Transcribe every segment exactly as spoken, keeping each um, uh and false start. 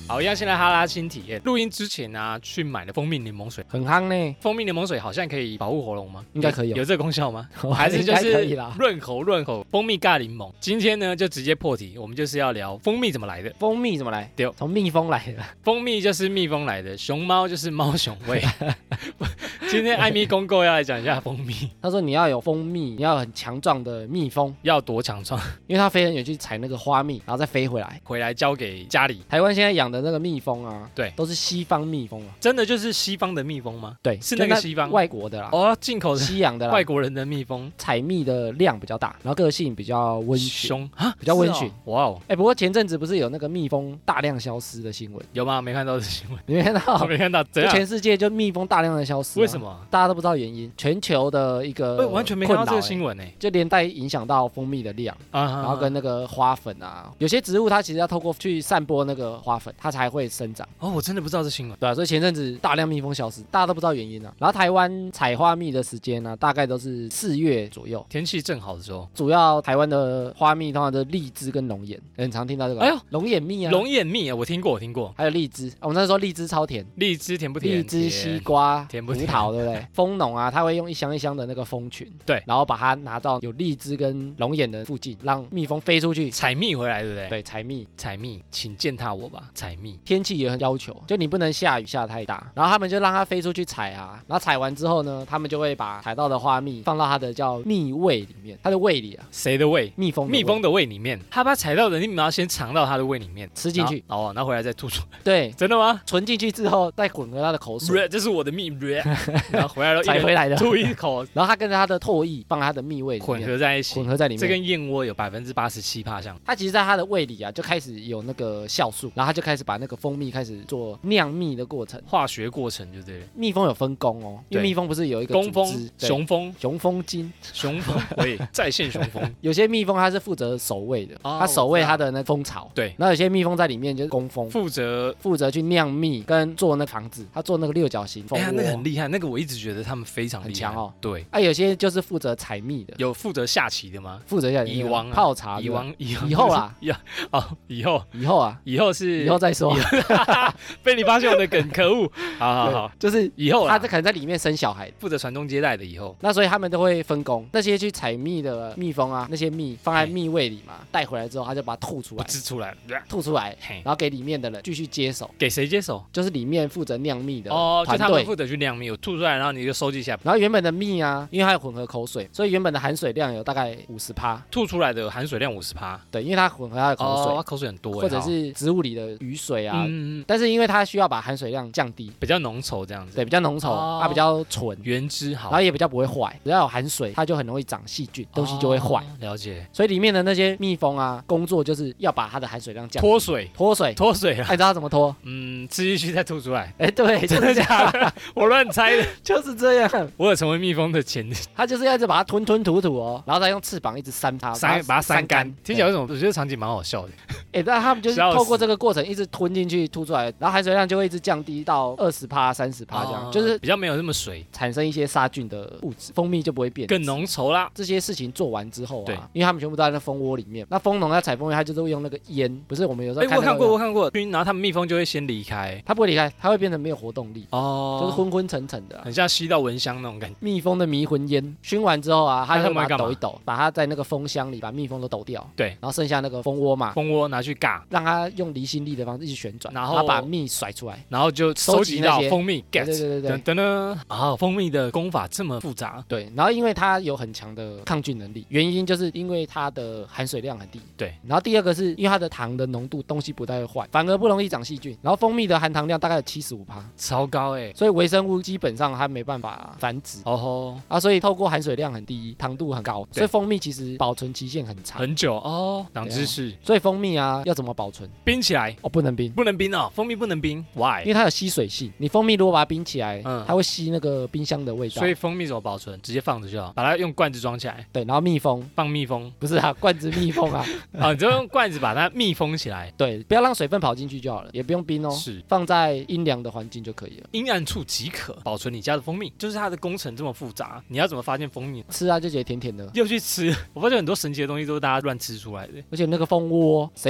好，一样先来哈拉新体验。录音之前啊，去买了蜂蜜柠檬水， 很夯呢。 蜂蜜柠檬水好像可以保护喉咙吗？ 应该可以有， 有这个功效吗？还是就是润喉润喉？蜂蜜尬柠檬。今天呢，就直接破题，我们就是要聊蜂蜜怎么来的。 蜂蜜怎么来？ 对， 从蜜蜂来的。 蜂蜜就是蜜蜂来的，熊猫就是猫熊味。今天艾米公购要来讲一下蜂蜜。 他说你要有蜂蜜，你要有很强壮的蜜蜂， 要多强壮？ 因为它飞很远去采那个花蜜，然后再飞回来， 回来交给家里。 台湾现在养的那个蜜蜂啊， 对， 都是西方蜜蜂啊。 真的就是西方的蜜蜂吗？ 对， 是那个西方外国的啦。 哦，进口的西洋的啦， 外国人的蜜蜂， 采蜜的量比较大，然后个性比较温驯啊， 比较温驯。 哇哦， 哎，不过前阵子不是有那个蜜蜂大量消失的新闻？ 有吗？没看到这新闻。 你没看到？ 我没看到。怎样？ 全世界就蜜蜂大量的消失、啊， 为什么？ 大家都不知道原因。全球的一个、欸， 完全没看到这个新闻呢、欸， 就连带影响到蜂蜜的量，啊、然后跟那个花粉啊，有些植物它其实要透过去散播那个花粉，它才会生长。 哦，我真的不知道这新闻。 对啊，所以前阵子大量蜜蜂消失，大家都不知道原因啊。然后台湾采花蜜的时间呢、啊，大概都是四月左右， 天气正好的时候。 主要台湾的花蜜通常都是荔枝跟龙眼，很常听到这个。哎呦，龙眼蜜啊， 龙眼蜜啊，我听过，我听过。 还有荔枝，啊、我们那时候荔枝超甜， 荔枝甜不甜？ 荔枝、西瓜、 甜不甜？ 葡萄，对不对？蜂农啊，他会用一箱一箱的那个蜂群， 对， 然后把它拿到有荔枝跟龙眼的附近，让蜜蜂飞出去采蜜回来，对不对？ 对，采蜜， 采蜜，请践踏我吧，采蜜。 天气也很要求，就你不能下雨下太大，然后他们就让它飞出去采啊，然后采完之后呢，他们就会把采到的花蜜放到它的叫蜜胃里面，它的胃里啊， 谁的胃？ 蜜蜂的胃， 蜜蜂的胃里面，它把采到的蜜苗先藏到它的胃里面， 吃进去， 哦，然后回来再吐出来。 对， 真的吗？ 存进去之后再混合它的口水， 这是我的蜜，然后回来了采回来的， 吐一口， 然后它跟着它的唾液放它的蜜胃里面混合在一起， 混合在里面， 这跟燕窝有百分之八十七趴像。 它其实在它的胃里啊，就开始有那个酵素，然后它就开始把那个蜂蜜开始做酿蜜的过程， 化学过程就对了。 蜜蜂有分工哦，因为蜜蜂不是有一个工蜂、雄蜂、 雄蜂精、 雄蜂，喂，在线雄蜂。 有些蜜蜂它是负责守卫的， 哦、 它守卫它的那蜂巢。 对， 然后有些蜜蜂在里面就是工蜂， 负责负责去酿蜜跟做那房子，它做那个六角形蜂窝。 哎呀，那个很厉害，那个我一直觉得他们非常厉害， 很强哦。 对， 啊，有些就是负责采蜜的， 有负责下棋的吗？ 负责下棋， 蚁王、啊、 泡茶， 蚁王、 以后啦， 哦，以后， 以后啊， 以后是以后再说。 被你发现我的梗，可恶！好好好， 就是以后他可能在里面生小孩， 负责传宗接代的以后。 那所以他们都会分工，那些去采蜜的蜜蜂啊，那些蜜放在蜜胃里嘛，带回来之后他就把它吐出来， 滋出来， 吐出来，然后给里面的人继续接手。 给谁接手？ 就是里面负责酿蜜的哦， 团队， 就他们负责去酿蜜，我吐出来，然后你就收集起来。 然后原本的蜜啊，因为它有混合口水，所以原本的含水量有大概五十趴， 吐出来的含水量五十趴。 对，因为它混合它的口水， 哦，它口水很多， 或者是植物里的雨水啊。 嗯， 但是因为它需要把含水量降低， 比较浓稠这样子。 对，比较浓稠，哦、它比较纯， 原汁好， 然后也比较不会坏。只要有含水，它就很容易长细菌，东西就会坏。 哦、了解。 所以里面的那些蜜蜂啊，工作就是要把它的含水量降低。 脱水， 脱水， 脱水了。 哎，你知道怎么脱？ 嗯，吃进去再吐出来。 哎，对， 真的假的？我乱猜的， 就是这样。 我有成为蜜蜂的潜力。 它就是要一直把它吞吞吐吐哦，然后再用翅膀一直扇它， 扇把它扇干。听起来为什么？我觉得场景蛮好笑的。 哎，但他们就是透过这个过程一直吞进去吐出来，然后含水量就会一直降低到二十趴、三十趴这样，就是比较没有那么水， 产生一些杀菌的物质，蜂蜜就不会变更浓稠啦。 这些事情做完之后啊， 对， 因为他们全部都在那蜂窝里面，那蜂农要采蜂蜜，他就是会用那个烟，不是我们有时候看、那個。哎，我看过，我看过，然后他们蜜蜂就会先离开， 它不会离开，它会变成没有活动力哦，就是昏昏沉沉的、啊， 很像吸到蚊香那种感觉。 蜜蜂的迷魂烟熏完之后啊，它就把它抖一抖，把它在那个蜂箱里把蜜蜂都抖掉， 对， 然后剩下那个蜂窝嘛， 蜂窝拿去尬， 让它用离心力的方式一直旋转， 然后它把蜜甩出来， 然后就收集到蜂蜜 get， 对对对对， 等等啊，蜂蜜的功法这么复杂， 对，然后因为它有很强的抗菌能力，原因就是因为它的含水量很低， 对， 然后第二个是因为它的糖的浓度东西不太会坏，反而不容易长细菌，然后蜂蜜的含糖量大概有七十五趴， 超高哎、欸， 所以微生物基本上它没办法繁殖， 哦吼， 啊，所以透过含水量很低，糖度很高，所以蜂蜜其实保存期限很长， 很久哦，长知识， 所以蜂蜜啊要怎么保存？ 冰起来哦，不能冰， 不能冰哦，蜂蜜不能冰 ，why？ 因为它有吸水性，你蜂蜜如果把它冰起来， 嗯， 它会吸那个冰箱的味道， 所以蜂蜜怎么保存？直接放着就好，把它用罐子装起来， 对，然后蜜蜂放蜜蜂， 不是啊，罐子蜜蜂啊， 啊，你就用罐子把它密封起来， 对，不要让水分跑进去就好了，也不用冰哦， 是， 放在阴凉的环境就可以了， 阴暗处即可保存你家的蜂蜜，就是它的工程这么复杂，你要怎么发现蜂蜜？ 吃啊就觉得甜甜的， 又去吃，我发现很多神奇的东西都是大家乱吃出来的， 而且那个蜂窝谁敢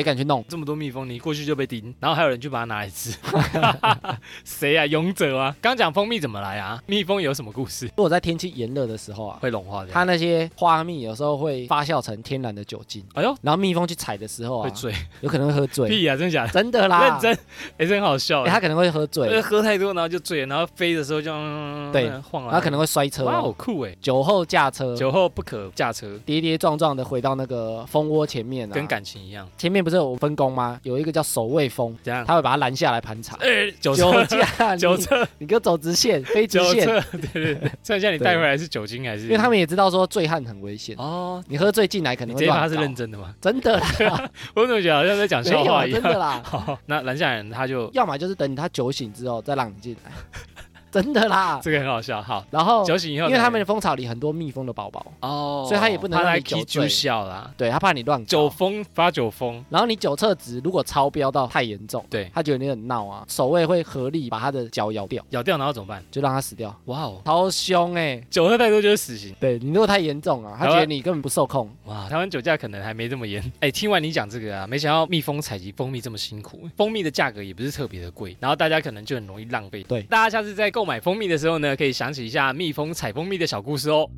敢去弄。 这么多蜜蜂，你过去就被叮，然后还有人去把它拿来吃。谁啊？勇者啊！刚讲蜂蜜怎么来啊？蜜蜂有什么故事？ 如果在天气炎热的时候啊， 会融化的。 它那些花蜜有时候会发酵成天然的酒精。哎呦，然后蜜蜂去采的时候啊， 会醉， 有可能会喝醉。 屁啊，真的假的？ 真的啦， 认真。哎，真好笑。 哎，它可能会喝醉， 喝太多然后就醉了，然后飞的时候就嗯对晃了， 然后可能会摔车。 哇，好酷哎！ 酒后驾车， 酒后不可驾车， 跌跌撞撞的回到那个蜂窝前面啊， 跟感情一样。 前面不是有分工吗？有一个叫守卫蜂， 这样他会把它拦下来盘查。 哎，酒酒驾， 酒测， 你给我走直线，非直线。 对对对，剩下你带回来是酒精还是？ 因为他们也知道说醉汉很危险哦，你喝醉进来可能会乱搞。 你这他是认真的吗？ 真的啦， 我怎么觉得好像在讲笑话一样？ 真的啦。 好，那拦下来人他就要么就是等他酒醒之后再让你进来。真的啦， 这个很好笑。好， 然后酒醒以后， 因为他们的蜂巢里很多蜜蜂的宝宝哦，所以他也不能让你酒醉笑啦。 对，他怕你乱酒疯发酒疯， 然后你酒测值如果超标到太严重， 对， 他觉得你很闹啊，守卫会合力把他的脚咬掉， 咬掉然后怎么办？ 就让他死掉。 哇哦， 超凶哎！ 酒喝太多就是死刑。 对你如果太严重啊，他觉得你根本不受控。 哇，台湾酒驾可能还没这么严。哎，听完你讲这个啊，没想到蜜蜂采集蜂蜜这么辛苦，蜂蜜的价格也不是特别的贵，然后大家可能就很容易浪费。对，大家下次在购买蜂蜜的时候呢，可以想起一下蜜蜂采蜂蜜的小故事哦。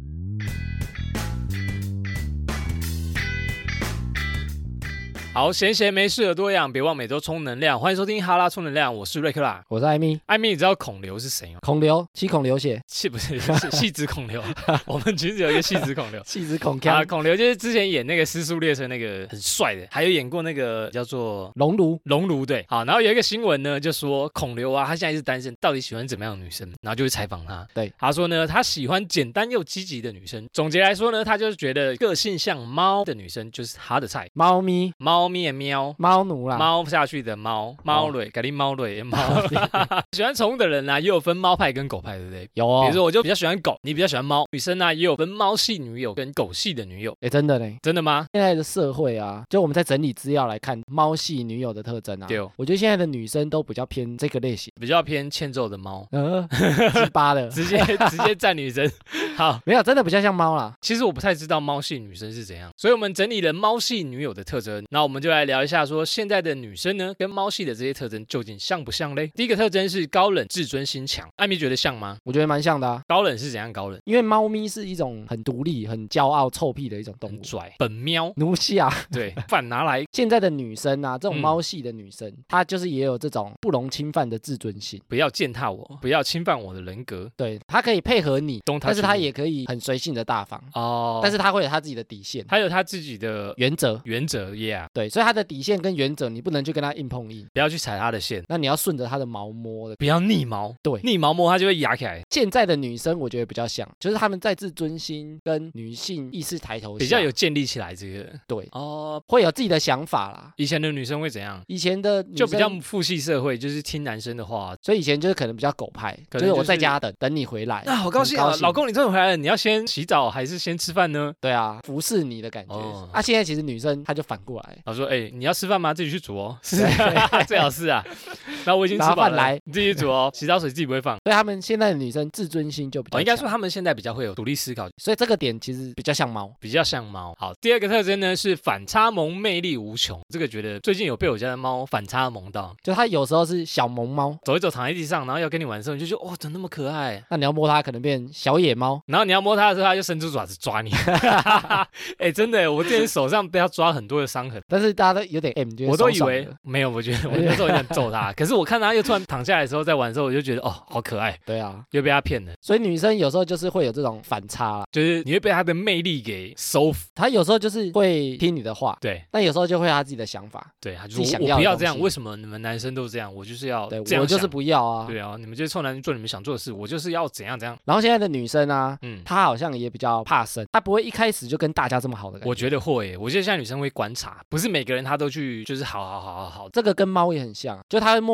好，闲闲没事的多养，别忘每周充能量。欢迎收听哈拉充能量，我是瑞克啦， 我是艾米。 艾米，你知道孔刘是谁吗？ 孔刘，七孔流血， 是不是？是细子孔刘。我们群子有一个细子孔刘， 细子孔啊，孔刘就是之前演那个《失速列车》那个很帅的，还有演过那个叫做熔炉， 熔炉对。好，然后有一个新闻呢，就说孔刘啊，他现在是单身，到底喜欢怎么样的女生？然后就去采访他， 对， 他说呢，他喜欢简单又积极的女生。总结来说呢，他就是觉得个性像猫的女生就是他的菜， 猫咪， 猫咪的喵。 猫奴啦， 猫下去的猫，猫类，改定猫类猫。喜欢宠物的人呢、啊，也有分猫派跟狗派，对不对？ 有哦。 比如说，我就比较喜欢狗，你比较喜欢猫。女生呢、啊，也有分猫系女友跟狗系的女友。 哎，真的嘞， 真的吗？ 现在的社会啊，就我们在整理资料来看猫系女友的特征啊。 对、哦， 我觉得现在的女生都比较偏这个类型， 比较偏欠揍的猫， 嗯，鸡巴的， 直接直接占女生。好， 没有，真的比较像猫啦。 其实我不太知道猫系女生是怎样，所以我们整理了猫系女友的特征。那我们就来聊一下，说现在的女生呢，跟猫系的这些特征究竟像不像嘞？第一个特征是高冷、自尊心强。艾米觉得像吗？ 我觉得蛮像的啊。 高冷是怎样高冷？ 因为猫咪是一种很独立、很骄傲、臭屁的一种动物， 很拽，本喵， 奴下。 对，饭拿来。 现在的女生啊，这种猫系的女生，嗯、她就是也有这种不容侵犯的自尊心， 不要践踏我，不要侵犯我的人格。 对，她可以配合你，但是她也可以很随性的大方哦。但是她会有她自己的底线， 她有她自己的原则， 原则 ，yeah。 对，所以她的底线跟原则，你不能去跟她硬碰硬， 不要去踩她的线。 那你要顺着她的毛摸的， 不要逆毛。 对， 逆毛摸她就会压起来。 现在的女生我觉得比较像，就是她们在自尊心跟女性意识抬头下， 比较有建立起来这个。 对哦，会有自己的想法啦。 以前的女生会怎样？ 以前的女生就比较父系社会，就是听男生的话， 所以以前就是可能比较狗派，就, 就是我在家等等你回来。 啊，好高兴啊！老公，你终于回来了，你要先洗澡还是先吃饭呢？ 对啊，服侍你的感觉。哦、啊，现在其实女生她就反过来， 她说：“哎、欸，你要吃饭吗？自己去煮哦。”是，最好是啊。然后我已经吃饱了， 来你自己煮哦，洗澡水自己不会放。 所以他们现在的女生自尊心就比较、哦， 应该说他们现在比较会有独立思考， 所以这个点其实比较像猫， 比较像猫。好，第二个特征呢是反差萌，魅力无穷。这个觉得最近有被我家的猫反差萌到， 就它有时候是小萌猫， 走一走躺在地上，然后要跟你玩的时候，你就觉得哦，怎么那么可爱？ 那你要摸它，可能变小野猫， 然后你要摸它的时候，它就伸出爪子抓你。哎、欸，真的，我之前手上被它抓很多的伤痕， 但是大家都有点 M， 我都以为没有，我觉得我那时候有点揍它，可是我看它又突然躺下来的时候，在玩的时候，我就觉得哦，好可爱。 对啊， 又被它骗了。 所以女生有时候就是会有这种反差啦， 就是你会被它的魅力给收服。 她有时候就是会听你的话， 对， 但有时候就会有她自己的想法， 对，她就自己想要我不要这样，为什么你们男生都这样？我就是要这样， 我就是不要啊。 对啊，你们这些臭男人做你们想做的事，我就是要怎样怎样。 然后现在的女生啊，嗯，她好像也比较怕生，她不会一开始就跟大家这么好的感觉。 我觉得会耶，我觉得现在女生会观察，不是每个人她都去就是好好好好好。 这个跟猫也很像，就她会默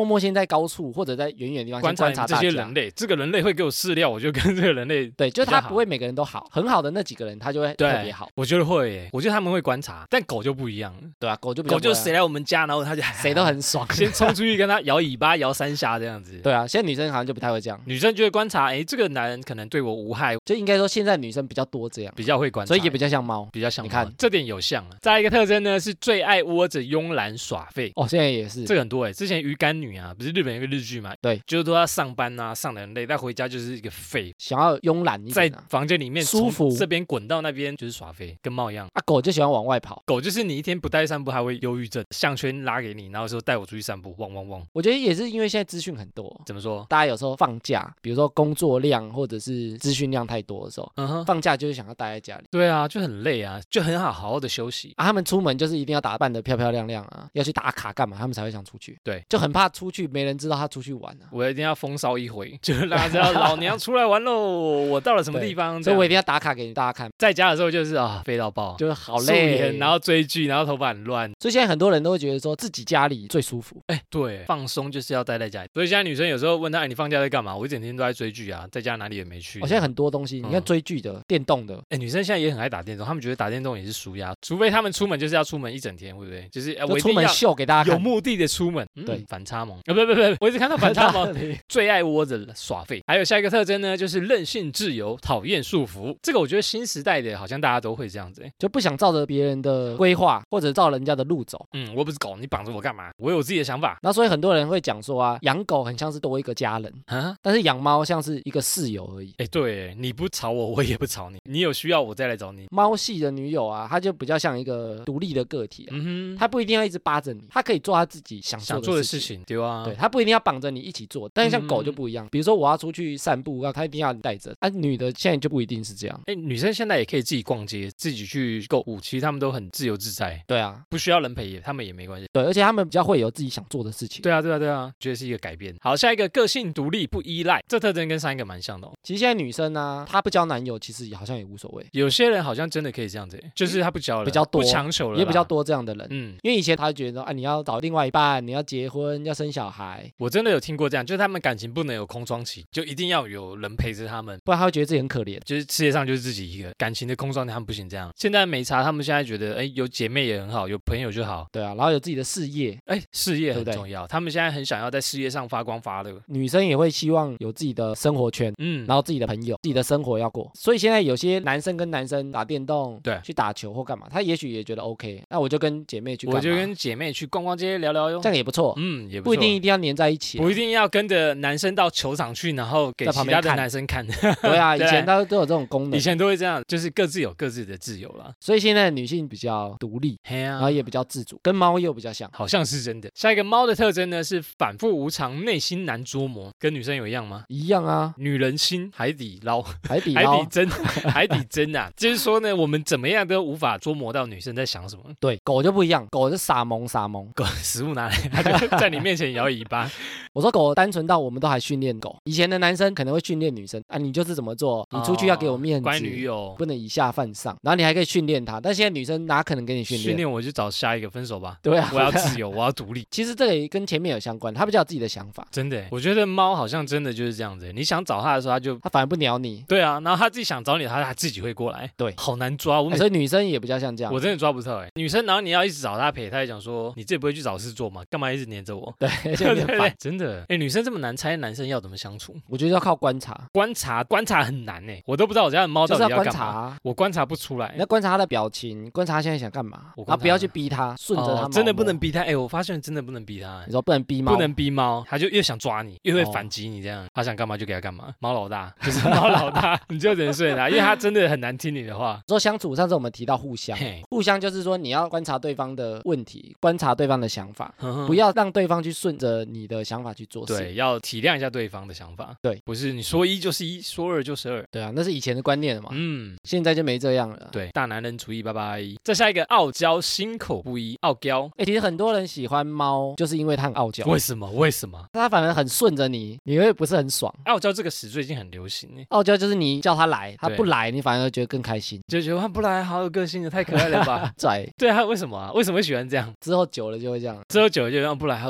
默先在高处或者在远远的地方观察观察这些人类，这个人类会给我饲料，我就跟这个人类对，就是他不会每个人都好，很好的那几个人他就会特别好。 我觉得会耶，我觉得他们会观察，但狗就不一样了， 对啊，狗就比较狗就谁来我们家，然后他就谁都很爽， 先冲出去跟他摇尾巴摇三下这样子。 对啊，现在女生好像就不太会这样， 女生就会观察，哎，这个男人可能对我无害， 就应该说现在女生比较多这样， 比较会观察， 所以也比较像猫， 比较像猫。 你看这点有像了。再来一个特征呢，是最爱窝着慵懒耍废。 哦，现在也是这个很多哎，之前鱼干女啊，不是日本有个日剧嘛， 对， 就是说她上班啊，上得很累，但回家就是一个废， 想要慵懒一点、 啊，在房间里面舒服， 这边滚到那边就是耍废，跟猫一样。 啊，狗就喜欢往外跑， 狗就是你一天不带散步，还会忧郁症，项圈拉给你，然后说带我出去散步，汪汪汪。 我觉得也是因为现在资讯很多， 怎么说？ 大家有时候放假，比如说工作量或者是资讯量太多的时候，嗯哼，放假就是想要待在家里。 对啊，就很累啊，就很好好好的休息啊。他们出门就是一定要打扮得漂漂亮亮啊，要去打卡干嘛，他们才会想出去。 对， 就很怕出去没人知道他出去玩啊。 我一定要风骚一回，就让他知道老娘出来玩喽，我到了什么地方， 所以我一定要打卡给大家看。 在家的时候就是啊，飞到爆， 就是好累， 然后追剧，然后头发很乱。 所以现在很多人都会觉得说自己家里最舒服。 哎，对，放松就是要待在家里。所以现在女生有时候问他，哎，你放假在干嘛？我一整天都在追剧啊，在家哪里也没去。 我、哦、现在很多东西，嗯、你看追剧的、电动的， 哎，女生现在也很爱打电动，她们觉得打电动也是舒压，除非她们出门就是要出门一整天，对不对？就是我一定要出门秀给大家看， 有目的的出门。 嗯、对， 反差萌啊，不不不，我一直看到反差萌，最爱窝着耍废。还有下一个特征呢，就是任性自由，讨厌束缚。这个我觉得新时代的好像大家都会这样子， 就不想照着别人的规划或者照人家的路走。 嗯，我不是狗，你绑着我干嘛？我有自己的想法。 然后所以很多人会讲说啊，养狗很像是多一个家人啊，但是养猫像是一个室友而已。 哎，对，你不吵我，我也不吵你。你有需要我再来找你。 猫系的女友啊，她就比较像一个独立的个体啊，嗯哼，她不一定要一直扒着你，她可以做她自己想做的事情。 想做的事情，对啊， 对，她不一定要绑着你一起做。但是像狗就不一样，嗯、比如说我要出去散步，要她一定要你带着。啊，女的现在就不一定是这样。 哎，女生现在也可以自己逛街，自己去购物，其实她们都很自由自在。 对啊， 不需要人陪也，她们也没关系。 对，而且她们比较会有自己想做的事情。 对啊，对啊，对啊，觉得是一个改变。好，下一个个性独立不依赖，这特征跟上一个蛮像的哦。 其实现在女生呢、啊，她不交男友，其实好像也无所谓。 有些人好像真的可以这样子，就是她不交了， 比较多， 不强求了， 也比较多这样的人。 嗯， 因为以前她觉得啊，你要找另外一半，你要结婚，要生小孩。 我真的有听过这样，就是他们感情不能有空窗期，就一定要有人陪着他们， 不然他会觉得自己很可怜。 就是世界上就是自己一个感情的空窗期，他们不行这样。现在没差，他们现在觉得，哎，有姐妹也很好，有朋友就好。 对啊，然后有自己的事业， 哎，事业很重要。对对他们现在很想要在事业上发光发热。 女生也会希望有自己的生活圈，嗯，然后自己的朋友，自己的生活要过。所以现在有些男生跟男生打电动，对，去打球或干嘛，他也许也觉得 OK。那我就跟姐妹去干嘛， 我就跟姐妹去逛逛街聊聊哟， 这样也不错。嗯，也不错，不一定一定要黏在一起、啊， 不一定要跟着男生到球场去，然后给其他的男生看。 对啊，以前都都有这种功能， 以前都会这样，就是各自有各自的自由啦。 所以现在的女性比较独立，啊、然后也比较自主，跟猫又比较像， 好像是真的。下一个猫的特征呢是反复无常，内心难捉摸，跟女生有一样吗？ 一样啊， 女人心，海底捞， 海底捞， 海底针，海底针啊，就是说呢，我们怎么样都无法捉摸到女生在想什么。 对，狗就不一样，狗是傻萌傻萌， 狗食物拿来，它就在你面前摇尾巴。 我说狗单纯到我们都还训练狗，以前的男生可能会训练女生啊，你就是怎么做，你出去要给我面子， 乖女友不能以下犯上，然后你还可以训练她，但现在女生哪可能给你训练？ 训练我就找下一个分手吧。 对啊， 我要自由，我要独立。 其实这个也跟前面有相关，他比较有自己的想法。 真的，我觉得猫好像真的就是这样子，你想找它的时候，它就它反而不鸟你。 对啊，然后它自己想找你，它它自己会过来。 对， 好难抓。我、 欸、所以女生也比较像这样， 我真的抓不透哎。女生，然后你要一直找她陪，她也讲说你自己不会去找事做嘛，干嘛一直黏着我？ 对，就有点烦。 真的，哎，女生这么难猜，男生要怎么相处？ 我觉得要靠观察， 观察观察很难哎，我都不知道我家的猫到底要干嘛。 就是要观察啊、 我观察不出来。 你要观察它的表情，观察它现在想干嘛，然后不要去逼它，顺着它、哦。 真的不能逼它，哎，我发现真的不能逼它。 你说不能逼猫， 不能逼猫，它就越想抓你，越会反击你这样。它、哦、想干嘛就给它干嘛。猫老大就是猫老大，你就只能顺着它，因为它真的很难听你的话。 说相处，上次我们提到互相，互相就是说你要观察对方的问题，观察对方的想法，呵呵不要让对方去顺着你的想法去做事。 对，要体谅一下对方的想法。对，不是你说一就是一，说二就是二。 对啊，那是以前的观念了嘛。嗯，现在就没这样了。 对，大男人主义，拜拜。再下一个傲娇，心口不一，傲娇。 哎、欸，其实很多人喜欢猫，就是因为它很傲娇。 为什么？为什么？ 它反而很顺着你，你会不是很爽。 傲娇这个词最近很流行耶。 傲娇就是你叫它来，它不来，你反而觉得更开心， 就觉得它不来好有个性的，太可爱了吧？ 拽。 对啊，为什么啊？为什么会喜欢这样？ 之后久了就会这样。 之后久了就让不来好有个性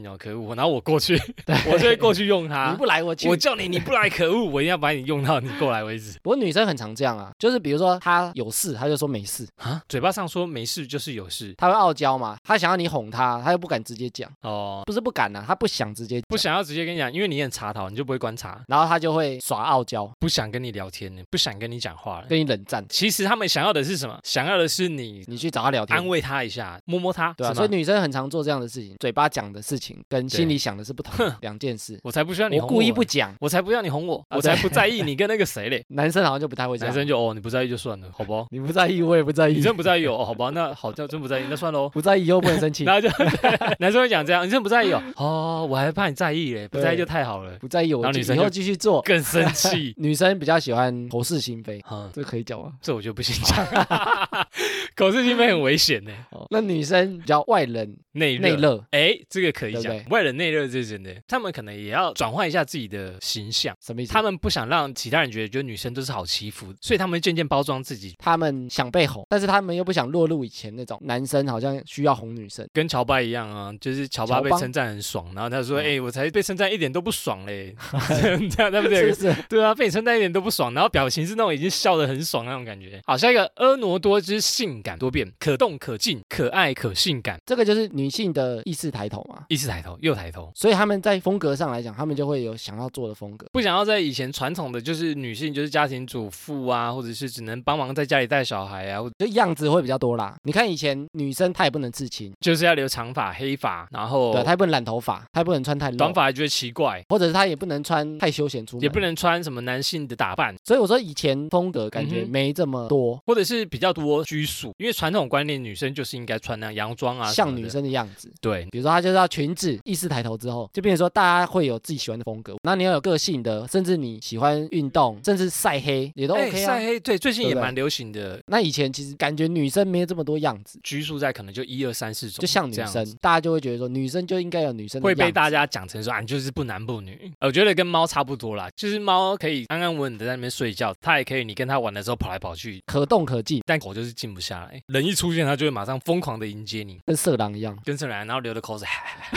信哦，可恶，然后我过去，我就会过去用它， 你不来我去， 我叫你你不来，可恶，我一定要把你用到你过来为止。 不过女生很常这样啊，就是比如说她有事，她就说没事啊，嘴巴上说没事就是有事， 她会傲娇嘛，她想要你哄她，她又不敢直接讲哦，不是不敢啊，她不想直接讲， 不想要直接跟你讲，因为你很茶桃，你就不会观察， 然后她就会耍傲娇， 不想跟你聊天了，不想跟你讲话了， 跟你冷战。 其实他们想要的是什么？想要的是你， 你去找他聊天， 安慰他一下，摸摸他， 对啊。所以女生很常做这样的事情，嘴巴讲的事情跟心里想的是不同的两件事。 我才不需要你哄我， 我故意不讲， 我才不要你哄我，我才不在意你跟那个谁嘞。 男生好像就不太会这样， 男生就哦，你不在意就算了，好不好？ 你不在意，我也不在意。 你真不在意哦，好吧，那好，那真不在意，那算喽。 不在意又不能生气， 然后就男生会讲这样，你真不在意哦，哦，我还怕你在意嘞，不在意就太好了。 不在意我， 然后女生以后继续做， 更生气。 女生比较喜欢口是心非，这可以讲吗？ 这我就不行讲，口是心非很危险呢。 那女生比较外冷内内热， 哎，这个可以讲。外冷内热是真的，他们可能也要转换一下自己的形象。 什么意思？ 他们不想让其他人觉得，觉得女生都是好欺负，所以他们渐渐包装自己。 他们想被哄，但是他们又不想落入以前那种男生好像需要哄女生， 跟乔巴一样啊，就是乔巴被称赞很爽，然后他说：“哎、欸，我才被称赞一点都不爽嘞。”这样对不对？ 是是， 对啊，被你称赞一点都不爽，然后表情是那种已经笑得很爽那种感觉。好，下一个婀娜多姿，性感多变，可动可静，可爱可性感。 这个就是女性的意识抬头嘛， 意识抬头又抬头， 所以他们在风格上来讲，他们就会有想要做的风格， 不想要在以前传统的就是女性就是家庭主妇啊，或者是只能帮忙在家里带小孩啊， 就样子会比较多啦。你看以前女生她也不能刺青， 就是要留长发、黑发，然后对，她也不能染头发，她也不能穿太露， 短发还觉得奇怪， 或者是她也不能穿太休闲出门， 也不能穿什么男性的打扮。 所以我说以前风格感觉没这么多， 嗯、或者是比较多拘束，因为传统观念女生就是应该穿那样洋装啊， 像女生的样子。 对， 比如说她就是要裙子，意识抬头之后，就变成说大家会有自己喜欢的风格。那你要有个性的，甚至你喜欢运动，甚至晒黑也都 OK 啊。 晒、欸、黑对，最近也蛮流行的。 那以前其实感觉女生没有这么多样子， 拘束在可能就一二三四种， 就像女生，大家就会觉得说女生就应该有女生的样子， 会被大家讲成说啊，你就是不男不女。我觉得跟猫差不多啦，就是猫可以安安稳稳的在那边睡觉，它也可以你跟它玩的时候跑来跑去， 可动可静。 但狗就是静不下来，人一出现它就会马上疯狂的迎接你， 跟色狼一样， 跟色狼，然后流的口水，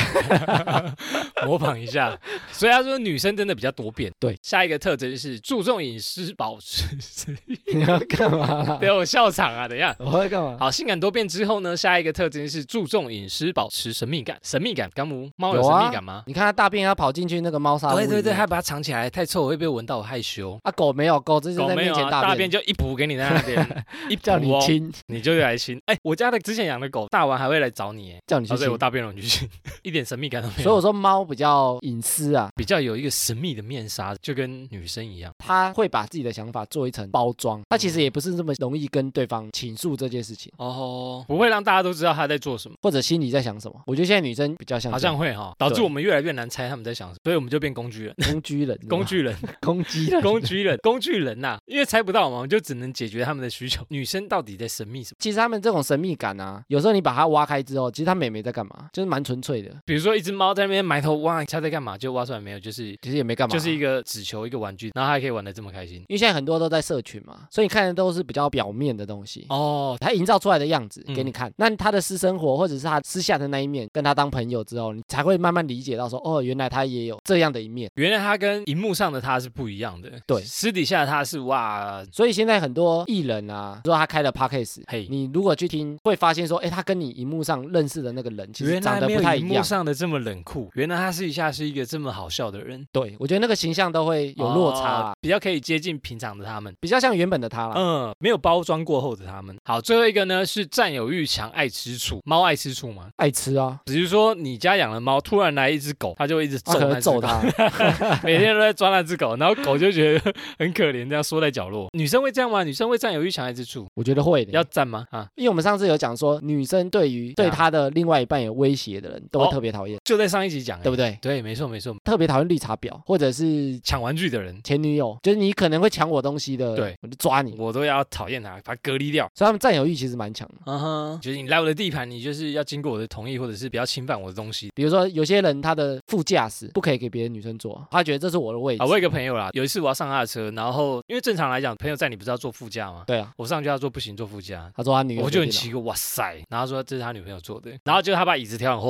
模仿一下。所以他说女生真的比较多变。 对， 下一个特征是注重饮食保持。 你要干嘛？ 对我笑场啊，等一下。 我会干嘛？ 好，性感多变之后呢，下一个特征是注重饮食保持神秘感。神秘感，干母猫有神秘感吗？ 啊、你看它大便要跑进去那个猫砂屋， 对对对，还把它藏起来，太臭会被闻到，我害羞。 啊，狗没有，狗只是在面前大便， 大便就一补给你在那边，一叫你亲， 你就来亲。哎，我家的之前养的狗，大完还会来找你， 叫你去亲。 所以我大便了你去亲，一点神秘感都没有。 所以我说猫比较隐私啊， 比较有一个神秘的面纱，就跟女生一样， 她会把自己的想法做一层包装，她其实也不是这么容易跟对方倾诉这件事情哦，不会让大家都知道她在做什么， 或者心里在想什么。我觉得现在女生比较像， 好像会哈，导致我们越来越难猜他们在想什么，所以我们就变工具人， 工具人， 工具人， 攻击人， 工具人，工具人呐、啊，因为猜不到嘛，我们就只能解决他们的需求。女生到底在神秘什么？ 其实他们这种神秘感啊，有时候你把它挖开之后，其实他们也没在干嘛，就是蛮纯粹的。 比如说一只猫在那边埋头挖，它在干嘛？就挖出来没有，就是其实也没干嘛， 就是一个纸球，一个玩具，然后它还可以玩得这么开心。 因为现在很多都在社群嘛，所以你看的都是比较表面的东西哦， 它营造出来的样子给你看。嗯、那他的私生活或者是他私下的那一面，跟他当朋友之后，你才会慢慢理解到说，哦，原来他也有这样的一面， 原来他跟荧幕上的他是不一样的。 对， 私底下的他是哇， 所以现在很多艺人啊，说他开了 podcast， 嘿，你如果去听，会发现说，哎，他跟你荧幕上认识的那个人，其实长得不太一样。 原来没有荧幕上的这么冷酷，原来他私底下是一个这么好笑的人。 对，我觉得那个形象都会有落差啦、 哦，比较可以接近平常的他们， 比较像原本的他啦。 嗯，没有包装过后的他们。好，最后一个呢是占有欲强，爱吃醋。猫爱吃醋吗？ 爱吃啊。 只是说你家养的猫，突然来一只狗，它就会一直揍那只狗， 揍它， 每天都在抓那只狗，然后狗就觉得很可怜，这样缩在角落。女生会这样吗？女生会占有欲强，爱吃醋？ 我觉得会的。 要占吗？啊， 因为我们上次有讲说，女生对于对她的另外一半有威胁的人，都会特别讨厌、哦。 就在上一集讲， 对不对？ 对，没错没错， 特别讨厌绿茶婊，或者是抢玩具的人， 前女友，就是你可能会抢我东西的， 对， 我就抓你， 我都要讨厌他，把他隔离掉。 所以他们占有欲其实蛮强的。 嗯哼，就是你来我的地盘，你就是要经过我的同意，或者是不要侵犯我的东西。 比如说有些人他的副驾驶不可以给别的女生坐，他觉得这是我的位置。 啊，我有一个朋友啦，有一次我要上他的车，然后因为正常来讲，朋友载你不是要坐副驾吗？ 对啊， 我上去他说不行，坐副驾。 他说他女友， 我就很奇怪，哇塞，然后他说这是他女朋友坐的，然后就他把椅子调往后面，我坐在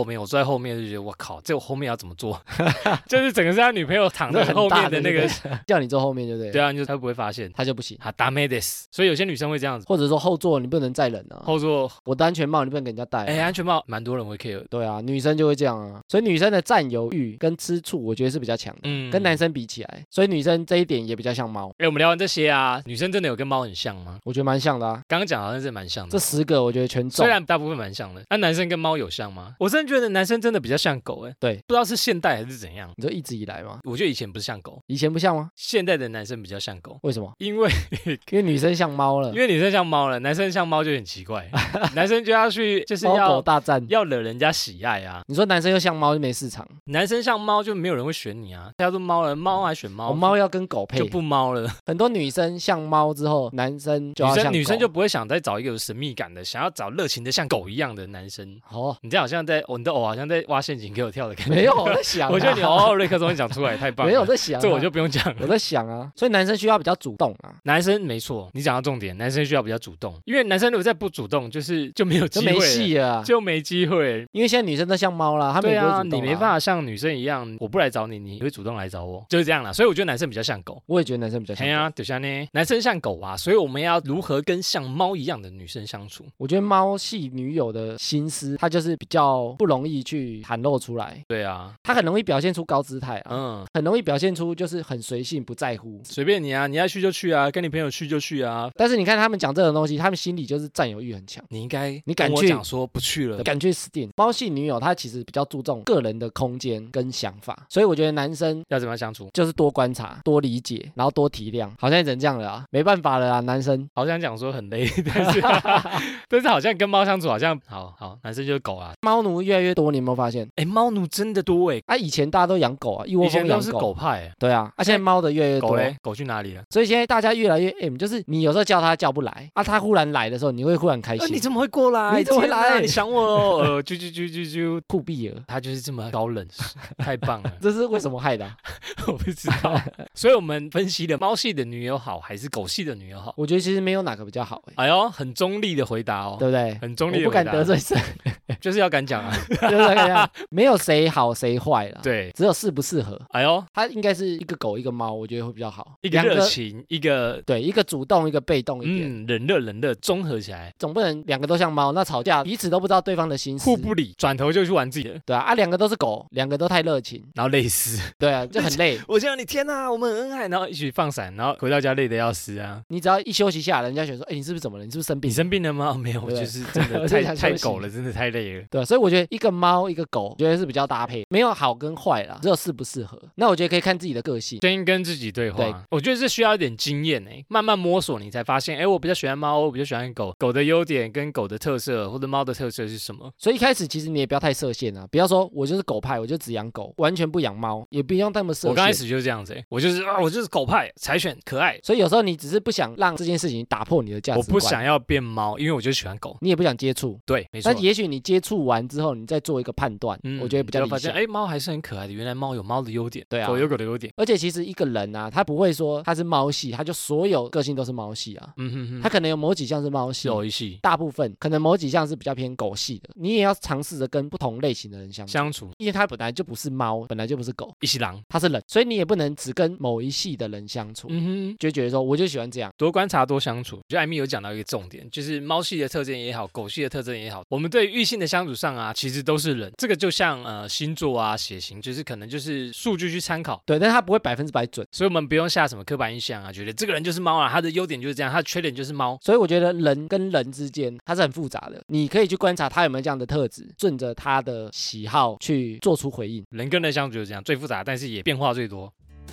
后面就觉得我靠，这我后面要怎么做？就是整个是他女朋友躺在后面的那个， 叫你坐后面对不对？ 对啊，你就他不会发现， 他就不行， 他ダメです。所以有些女生会这样子， 或者说后座你不能载人啊， 后座我的安全帽你不能给人家戴、啊， 哎，安全帽蛮多人会 care 的， 对啊，女生就会这样啊，所以女生的占有欲跟吃醋，我觉得是比较强的，嗯，跟男生比起来，所以女生这一点也比较像猫。 哎，我们聊完这些啊，女生真的有跟猫很像吗？ 我觉得蛮像的啊， 刚刚讲好像是蛮像的， 这十个我觉得全中， 虽然大部分蛮像的，那、啊、男生跟猫有像吗？我真的觉得男生真的比较像狗，哎， 对， 不知道是现代还是怎样。 你说一直以来吗？ 我觉得以前不是像狗， 以前不像吗？ 现在的男生比较像狗， 为什么？ 因为因为女生像猫了， 因为女生像猫了，男生像猫就很奇怪，男生就要去就是要猫狗大战， 要惹人家喜爱啊。 你说男生又像猫就没市场， 男生像猫就没有人会选你啊。叫做猫了，猫还选猫， 我猫要跟狗配就不猫了。 很多女生像猫之后，男生就要像狗， 女生女生就不会想再找一个有神秘感的，想要找热情的像狗一样的男生。哦，你这好像在，你的偶好像在挖陷阱给我跳的感觉。 没有我在想、啊， 我觉得你哦，瑞克终于讲出来，太棒了。 没有在想、啊， 这我就不用讲了。 我在想啊，所以男生需要比较主动啊。 男生没错，你讲到重点，男生需要比较主动，因为男生如果再不主动，就是就没有机会了， 就没戏了， 就没机会。 因为现在女生都像猫啦，他们也不会主动、啊。 对啊，你没办法像女生一样，我不来找你，你会主动来找我，就是这样啦。所以我觉得男生比较像狗， 我也觉得男生比较像狗。 对啊，就像呢，男生像狗啊，所以我们要如何跟像猫一样的女生相处？ 我觉得猫系女友的心思，她就是比较不容易去袒露出来。 对啊， 她很容易表现出高姿态啊， 嗯， 很容易表现出就是很随性不在乎， 随便你啊，你爱去就去啊，跟你朋友去就去啊。 但是你看他们讲这种东西，他们心里就是占有欲很强。 你应该你敢去讲说不去了， 敢去死定。猫系女友她其实比较注重个人的空间跟想法，所以我觉得男生要怎么样相处， 就是多观察、多理解，然后多体谅。好像也只能这样了啊，没办法了啊，男生。 好想讲说很累，但是但是好像跟猫相处好像好好，男生就是狗啊。 猫奴越来越多，你有没有发现？ 哎，猫奴真的多哎。 啊，以前大家都养狗啊，一窝蜂养狗， 以前都是狗派。 对啊，啊现在猫的越来越多。 狗嘞？狗去哪里了？ 所以现在大家越来越 M， 就是你有时候叫它叫不来啊，它忽然来的时候，你会忽然开心。 呃、你怎么会过来？ 你怎么会来？ 你想我哦？呃，啾啾啾啾啾， 酷毙了！ 它就是这么高冷，太棒了。 这是为什么害的、啊？ 我不知道。所以我们分析了猫系的女友好还是狗系的女友好？ 我觉得其实没有哪个比较好、欸。 哎呦，很中立的回答哦， 对不对？ 很中立的回答， 我不敢得罪谁， 就是要敢讲啊， 就是要敢讲，没有谁好谁坏了， 对， 只有适不适合。 哎呦， 它应该是一个狗一个猫，我觉得会比较好， 一个热情，一个对，一个主动，一个被动一点， 嗯，冷热冷热综合起来， 总不能两个都像猫，那吵架彼此都不知道对方的心思， 互不理，转头就去玩自己的， 对啊，啊，两个都是狗，两个都太热情， 然后累死， 对啊，就很累。 我见到你，天哪，我们很恩爱，然后一起放闪，然后回到家累得要死啊！ 你只要一休息下来，人家觉得说，哎，你是不是怎么了？你是不是生病？ 你生病了吗？没有，我就是真的太太狗了，真的太累了。 对，所以我觉得一个猫一个狗，我觉得是比较搭配，没有好跟坏啦，只有适不适合。那我觉得可以看自己的个性， 先跟自己对话。 对， 我觉得是需要一点经验诶，慢慢摸索，你才发现，哎，我比较喜欢猫，我比较喜欢狗，狗的优点跟狗的特色，或者猫的特色是什么？ 所以一开始其实你也不要太设限啊，不要说我就是狗派，我就只养狗，完全不养猫，也不用那么设限。 我刚开始就是这样子，我就是啊，我就是狗派，柴犬可爱。 所以有时候你只是不想让这件事情打破你的价值观， 我不想要变猫，因为我就喜欢狗， 你也不想接触， 对，没错。 但也许你接触完之后，你再做一个判断，嗯、我觉得比较理想。 发现哎，猫还是很可爱的，原来猫有猫的优点， 对啊， 狗有狗的优点。 而且其实一个人啊，他不会说他是猫系，他就所有个性都是猫系啊，嗯哼哼，他可能有某几项是猫系， 有一系， 大部分可能某几项是比较偏狗系的，你也要尝试着跟不同类型的人相处， 相处， 因为他本来就不是猫，本来就不是狗， 一起狼， 他是人，所以你也不能只跟某一系的人相处，嗯哼，就觉得说我就喜欢这样， 多观察多相处。就艾米有讲到一个重点，就是猫系的特征也好，狗系的特征也好，我们对异性的相处上啊，其实都是人。这个就像呃星座啊、血型，就是可能就是数据去参考， 对，但它不会百分之百准， 所以我们不用下什么刻板印象啊，觉得这个人就是猫啊，他的优点就是这样，他的缺点就是猫。 所以我觉得人跟人之间它是很复杂的，你可以去观察他有没有这样的特质，顺着他的喜好去做出回应。 人跟人相处就是这样，最复杂，但是也变化最多。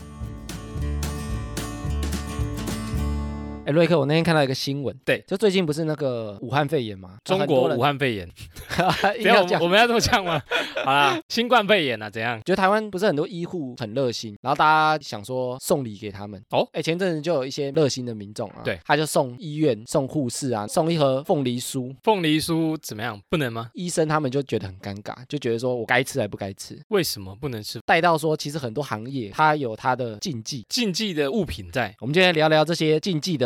哎，瑞克，我那天看到一个新闻， 对， 就最近不是那个武汉肺炎吗？ 中国武汉肺炎，怎样？我们要这么讲吗？好啦，新冠肺炎啊，怎样？ 觉得台湾不是很多医护很热心，然后大家想说送礼给他们哦。哎，前阵子就有一些热心的民众啊， 对， 他就送医院、送护士啊，送一盒凤梨酥。 凤梨酥怎么样？不能吗？ 医生他们就觉得很尴尬，就觉得说我该吃还不该吃？ 为什么不能吃？ 带到说，其实很多行业它有它的禁忌， 禁忌的物品在。 我们今天聊聊这些禁忌的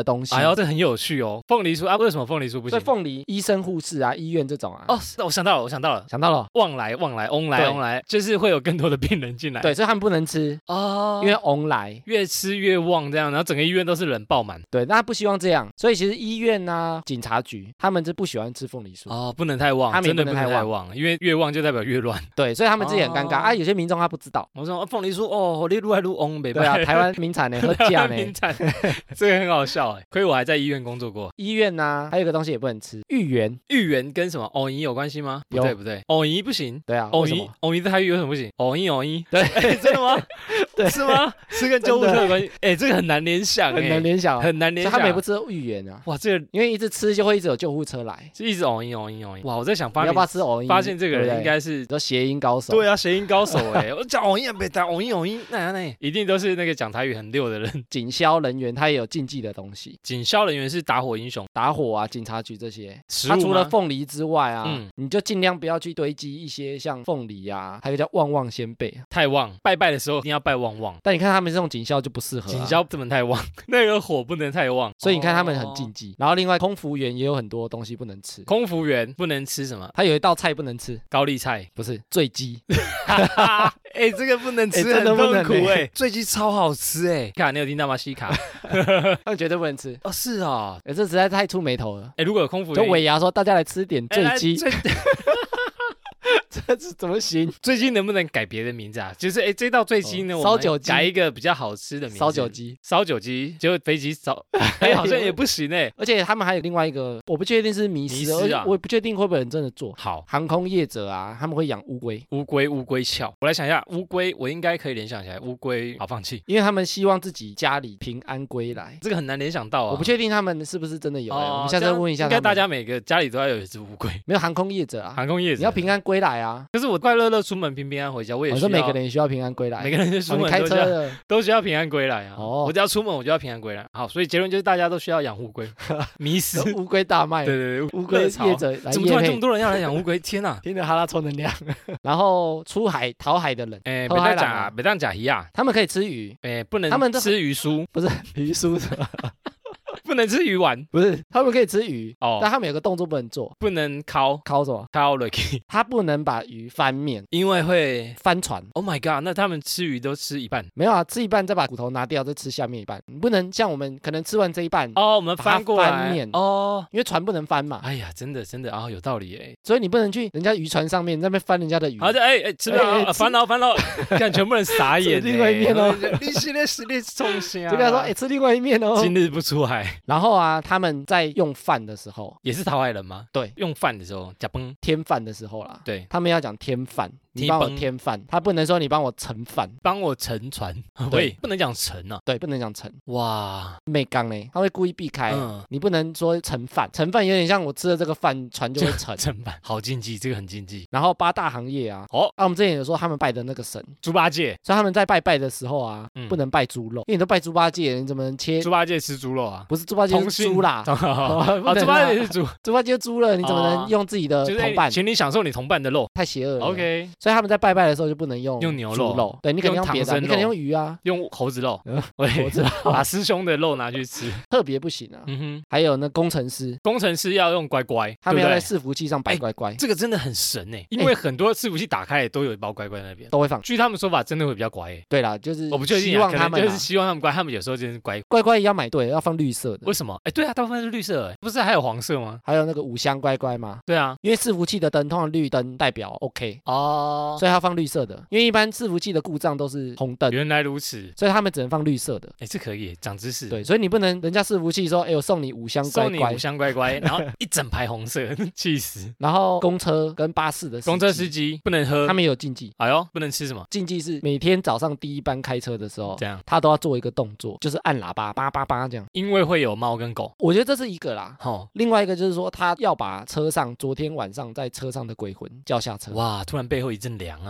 东西。 哎呦，这很有趣哦。凤梨酥啊，为什么凤梨酥不行？ 所以凤梨医生、护士啊、医院这种啊。 哦，我想到了，我想到了， 想到了， 旺来旺来，翁来翁来，就是会有更多的病人进来。 对，所以他们不能吃哦，因为翁来越吃越旺，这样，然后整个医院都是人爆满。 对，那他不希望这样，所以其实医院啊、警察局他们是不喜欢吃凤梨酥哦，不能太旺， 他们真的不能太旺，因为越旺就代表越乱。 对，所以他们自己很尴尬、哦、啊。有些民众他不知道， 我说凤梨酥哦，你撸还撸翁没？ 对啊，台湾名产呢，喝价呢， 名产，这个很好笑哎，亏我还在医院工作过。 医院啊，还有一个东西也不能吃，芋圆。 芋圆跟什么藕泥有关系吗？ 有， 不对不对，藕泥不行。 对啊， 藕泥藕泥的台语有什么不行？藕泥藕泥， 对， 欸、真的吗？ 对， 是吗？是跟救护车有关系？哎、欸，这个很难联想， 很难联想， 很难联想。 他们也不吃芋圆啊。 哇，这个因为一直吃就会一直有救护车来， 就一直藕泥藕泥藕泥。哇，我在想发你要不要吃藕泥？ 发现这个人应该是都谐音高手。 对啊，谐音高手哎、欸，我讲藕泥别打藕泥藕泥，那那一定都是那个讲台语很溜的人。 警消人员他也有禁忌的东西， 警消人员是打火英雄， 打火啊，警察局这些。他除了凤梨之外啊、嗯，你就尽量不要去堆积一些像凤梨啊，还有叫旺旺仙贝， 太旺，拜拜的时候一定要拜旺旺。 但你看他们这种警消就不适合、啊， 警消不能太旺，那个火不能太旺， 所以你看他们很禁忌。哦、然后另外空服员也有很多东西不能吃， 空服员不能吃什么？ 他有一道菜不能吃， 高丽菜， 不是醉鸡。 哎、欸，这个不能吃，欸、 真的不能苦哎、欸，醉鸡超好吃哎、欸，卡，你有听到吗？西卡， 他们绝对不能吃哦，是啊， 哎、欸，这实在太触眉头了。 哎、欸，如果有空服员， 就尾牙说大家来吃点醉鸡。 欸这是怎么行？ 醉鸡能不能改别的名字啊？就是哎、欸，这道醉鸡呢， 烧酒鸡改一个比较好吃的名字。 烧酒鸡， 烧酒鸡，结果飞机烧，哎、欸，好像也不行哎、欸。 而且他们还有另外一个，我不确定是迷思，迷思啊，我也不确定会不会有人真的做。 好， 航空业者啊，他们会养乌龟， 乌龟乌龟壳。我来想一下，乌龟我应该可以联想起来，乌龟好放弃， 因为他们希望自己家里平安归来。 这个很难联想到啊， 我不确定他们是不是真的有、欸哦。我们下次问一下他们， 应该大家每个家里都要有一只乌龟。 没有航空业者啊， 航空业者你要平安归来啊。 可是我快乐乐出门平平安回家，我也需要。 我说每个人也需要平安归来， 每个人就出门、 哦、开车的都需要平安归来啊。 哦， 我只要出门我就要平安归来。好，所以结论就是大家都需要养乌龟，迷失乌龟大卖。 对对对， 乌龟业者来， 怎么突然这么多人要来养乌龟？天哪， 听着哈拉充能量。然后出海讨海的人， 哎、欸，别当假，别当假鱼啊， 他们可以吃鱼， 哎、欸，不能他们吃鱼酥， 不是鱼酥是吧？ 不能吃鱼丸， 不是，他们可以吃鱼哦， 但他们有个动作不能做， 不能烤， 烤什么？ 烤了， 他不能把鱼翻面， 因为会翻船。 Oh my god， 那他们吃鱼都吃一半？ 没有啊，吃一半再把骨头拿掉，再吃下面一半。你不能像我们可能吃完这一半哦，我们翻过来翻面哦， 因为船不能翻嘛。 哎呀，真的真的啊、哦，有道理哎， 所以你不能去人家渔船上面那边翻人家的鱼。 好的，哎哎，吃不到、欸欸，翻了翻了，看全部人傻眼， 另外一面哦， 你是那实力重心啊， 就跟他说，哎、欸，吃另外一面哦， 今日不出海。 然后啊，他们在用饭的时候也是讨海人吗？ 对， 用饭的时候加崩添饭的时候啦， 对， 他们要讲添饭。你帮我添饭，他不能说你帮我盛饭， 帮我盛船，对，不能讲盛啊， 对，不能讲盛。 哇， 没刚呢，他会故意避开，嗯、你不能说盛饭，盛饭有点像我吃了这个饭，船就会沉。 盛饭好禁忌，这个很禁忌。 然后八大行业啊，哦，啊，我们之前有说他们拜的那个神猪八戒， 所以他们在拜拜的时候啊，嗯、不能拜猪肉，因为你都拜猪八戒，你怎么能切？ 猪八戒吃猪肉啊？ 不是猪八戒是猪啦， 哦，猪八戒是猪， 猪八戒猪了，你怎么能用自己的同伴？ 请你享受你同伴的肉， 太邪恶了。 OK， 所以他们在拜拜的时候就不能用用牛肉， 肉对你肯定用别的，你肯定用鱼啊， 用猴子肉， 猴子肉， 把师兄的肉拿去吃， 特别不行啊。 嗯哼， 还有那工程师， 工程师要用乖乖， 他们要在伺服器上摆乖乖， 这个真的很神哎，因为很多伺服器打开都有一包乖乖那边都会放。 据他们说法，真的会比较乖哎。 对啦，就是我不确定， 希望他们就是希望他们乖，他们有时候真是乖。 乖乖也要买对，要放绿色的。 为什么？哎，对啊，大部分是绿色，不是还有黄色吗？ 还有那个五香乖乖吗？ 对啊， 因为伺服器的灯通常绿灯代表 OK 哦，所以要放绿色的，因为一般伺服器的故障都是红灯。 原来如此， 所以他们只能放绿色的。 哎，这可以长知识。 对，所以你不能人家伺服器说，哎，我送你五香乖乖， 送你五香乖乖，然后一整排红色，气死。 然后公车跟巴士的公车司机不能喝， 他们也有禁忌。 哎呦，不能吃什么？ 禁忌是每天早上第一班开车的时候， 这样他都要做一个动作，就是按喇叭叭叭叭这样， 因为会有猫跟狗。 我觉得这是一个啦。 哦， 另外一个就是说，他要把车上昨天晚上在车上的鬼魂叫下车。 哇，突然背后一阵凉啊！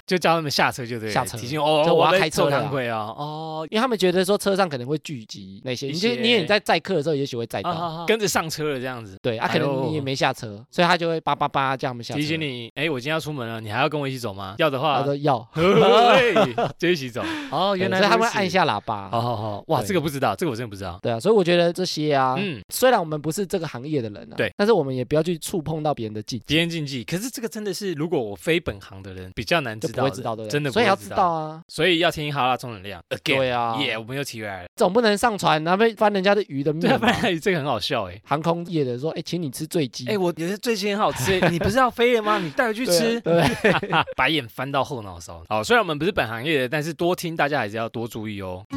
就叫他们下车就对了， 下车提醒哦， 就我要在开车了啊做赶鬼啊，哦， 因为他们觉得说车上可能会聚集那些， 一你就些你也在载客的时候，也许会载到， 啊啊啊跟着上车了这样子。 对啊，可哎呦能你也没下车，所以他就会叭叭叭叫他们下车， 提醒你，哎，我今天要出门了，你还要跟我一起走吗？要的话他，说要， 嘿就一起走。哦，原来对所以他们如此会按。下喇叭。 好好好，哇， 对这个不知道，这个我真的不知道。 对啊，所以我觉得这些啊， 嗯， 虽然我们不是这个行业的人啊， 对， 但是我们也不要去触碰到别人的禁忌， 别人禁忌，可是这个真的是，如果我非本行的人比较难知道的， 就不会知道，对不对？ 真的不所以要知会知道啊。 所以要听哈拉充能量。Again， 对啊耶，我们又提回来了。 总不能上船然后被翻人家的鱼的对啊， 面吧？ 不然这个很好笑哎。 航空业的说，哎，请你吃醉鸡， 哎，我有些醉鸡很好吃，你不是要飞了吗？你带回去吃。 对啊，对白眼翻到后脑勺。好，虽然我们不是本行业的，但是多听大家还是要多注意哦。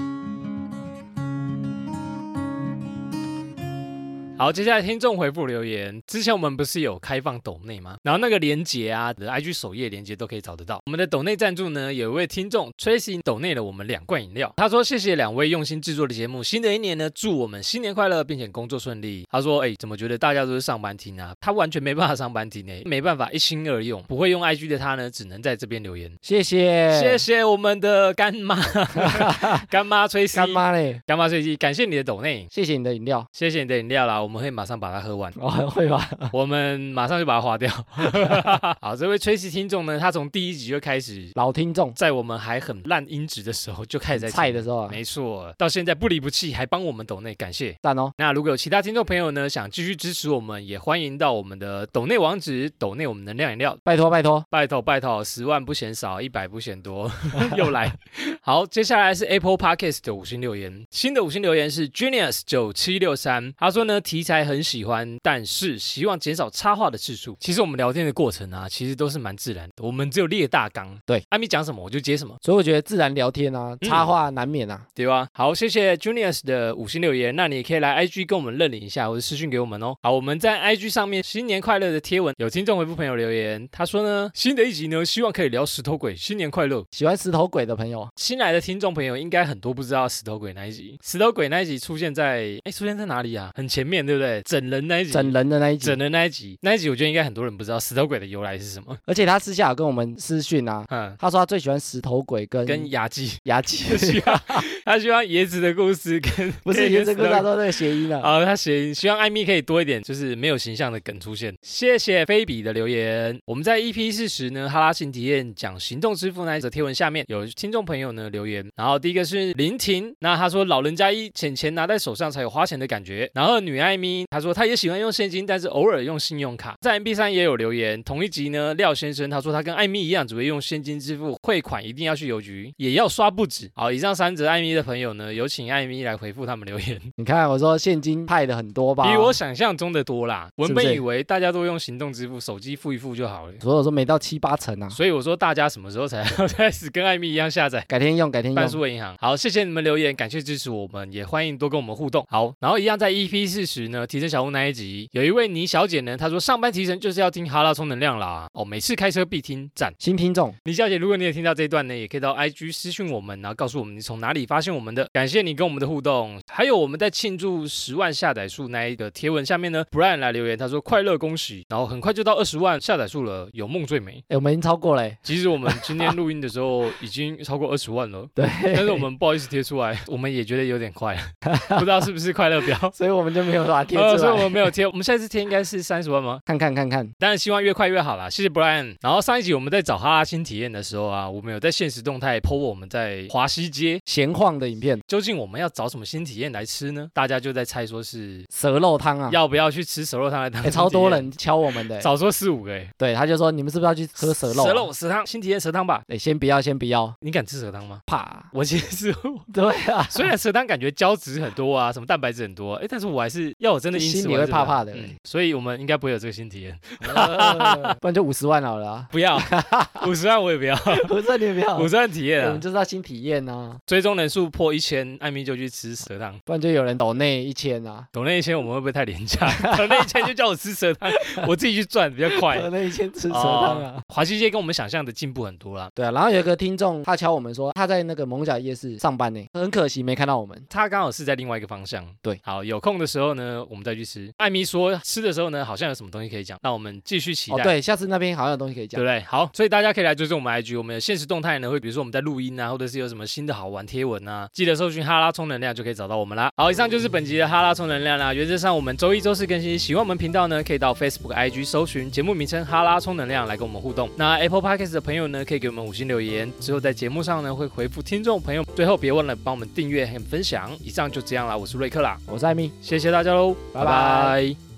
好，接下来听众回复留言。之前我们不是有开放抖内吗？然后那个连结啊的 I G 首页连结都可以找得到。我们的抖内赞助呢，有一位听众 Tracy 抖内了我们两罐饮料。他说谢谢两位用心制作的节目，新的一年呢，祝我们新年快乐，并且工作顺利。他说，哎，怎么觉得大家都是上班听啊？他完全没办法上班听诶，没办法一心二用。不会用 I G 的他呢，只能在这边留言。 谢谢， 谢谢我们的干妈，干妈 Tracy， 干妈嘞， 干妈 Tracy，感谢你的抖内， 谢谢你的饮料， 谢谢你的饮料啦，我们会马上把它喝完。 哦，会吧？ 我们马上就把它划掉。好，这位吹气听众呢，他从第一集就开始， 老听众， 在我们还很烂音质的时候就开始在听菜的时候啊， 没错，到现在不离不弃，还帮我们抖内，感谢。 赞哦。 那如果有其他听众朋友呢，想继续支持我们，也欢迎到我们的抖内网址，抖内我们能量饮料， 拜托拜托拜托拜托，十万不嫌少，一百不嫌多，又来。好，接下来是 Apple Podcast 的五星留言，新的五星留言是 Genius 九七六三，他说呢，题材很喜欢，但是希望减少插话的次数。其实我们聊天的过程啊，其实都是蛮自然的，我们只有列大纲， 对， 艾米讲什么我就接什么， 所以我觉得自然聊天啊，插话难免啊， 对吧？好，谢谢 Junius 的五星留言，那你也可以来 I G 跟我们认领一下，或者私讯给我们哦。好，我们在 I G 上面新年快乐的贴文，有听众回复朋友留言，他说呢，新的一集呢，希望可以聊石头鬼，新年快乐。 喜欢石头鬼的朋友， 新来的听众朋友应该很多不知道石头鬼那一集，石头鬼那一集出现在，哎，出现在哪里啊？很前面，对不对？整人那一集， 整人的那一集， 整人那一集，那一集我觉得应该很多人不知道石头鬼的由来是什么。 而且他私下有跟我们私讯啊，嗯，他说他最喜欢石头鬼跟跟牙祭， 牙祭， 他希望椰子的故事跟不是椰子故事，他说那个谐音啊， 啊，他谐希望艾米可以多一点，就是没有形象的梗出现。谢谢菲比的留言。我们在 E P 四十呢，哈拉新体验讲行动支付那一则贴文下面有听众朋友呢留言，然后第一个是林婷，那他说老人家一钱钱拿在手上才有花钱的感觉。然后女艾米他说他也喜欢用现金，但是偶尔用信用卡。在 M P 三也有留言，同一集呢，廖先生他说他跟艾米一样，只会用现金支付，汇款一定要去邮局，也要刷不止。好，以上三则艾米的朋友呢，有请艾米来回复他们留言。 你看我说现金派的很多吧， 比我想象中的多啦。我原本以为大家都用行动支付，手机付一付就好了。 所以我说没到七八成啊。 所以我说大家什么时候才要开始跟艾米一样下载？ 改天用，改天用。 半数银行。好，谢谢你们留言，感谢支持我们，也欢迎多跟我们互动。好，然后一样在 E P 四十呢，提神小屋那一集，有一位倪小姐呢，她说上班提神就是要听哈拉充能量啦。哦，每次开车必听，赞。 新听众倪小姐，如果你有听到这一段呢，也可以到 I G 私讯我们，然后告诉我们你从哪里发现我们的。感谢你跟我们的互动。还有我们在庆祝十万下载数那一个贴文下面呢 ，Brian 来留言，他说快乐恭喜，然后很快就到二十万下载数了，有梦最美。 哎，我们已经超过了。 其实我们今天录音的时候已经超过二十万了， 对， 但是我们不好意思贴出来，我们也觉得有点快，不知道是不是快乐标， 所以我们就没有把它贴出来、 呃，所以我们没有贴。我们下次贴应该是三十万吗？ 看看看看， 当然希望越快越好啦。谢谢 Brian。然后上一集我们在找哈拉新体验的时候啊，我们有在限时动态 po 我们在华西街闲晃的影片， 究竟我们要找什么新体验来吃呢？大家就在猜说是蛇肉汤啊， 要不要去吃蛇肉汤来当、 欸？超多人敲我们的、欸， 早说四五个哎、欸， 对，他就说你们是不是要去喝蛇肉、啊？ 蛇肉蛇汤，新体验蛇汤吧？ 哎、欸，先不要，先不要， 你敢吃蛇汤吗？ 怕， 我其实对啊， 虽然蛇汤感觉胶质很多啊，什么蛋白质很多，哎，但是我还是要我真的因此心里会怕怕的、 嗯，所以我们应该不会有这个新体验， 呃、不然就五十万好了、啊， 不要五十万我也不要， 五十万你也不要， 五十万体验啊， 我们就是要新体验啊。 追踪人数数破一千，艾米就去吃蛇汤， 不然就有人抖内一千啊， 抖内一千我们会不会太廉价？抖内一千就叫我吃蛇汤，我自己去赚比较快。 抖内一千吃蛇汤啊， 华西街跟我们想象的进步很多啦。 对啊，然后有一个听众他敲我们说他在那个艋舺夜市上班呢，很可惜没看到我们。 他刚好是在另外一个方向。 对， 好，有空的时候呢，我们再去吃。艾米说吃的时候呢，好像有什么东西可以讲，那我们继续期待。 哦，对，下次那边好像有东西可以讲， 对不对？好，所以大家可以来追踪我们 I G， 我们的限时动态呢会比如说我们在录音啊，或者是有什么新的好玩贴文啊，记得搜寻哈拉充能量就可以找到我们啦。好，以上就是本集的哈拉充能量啦。原则上我们周一周四更新，喜欢我们频道呢，可以到 Facebook、I G 搜寻节目名称哈拉充能量来跟我们互动。那 Apple Podcast 的朋友呢，可以给我们五星留言，之后在节目上呢会回复听众朋友。最后别忘了帮我们订阅和分享。以上就这样啦，我是瑞克啦， 我是艾米， 谢谢大家喽，拜拜。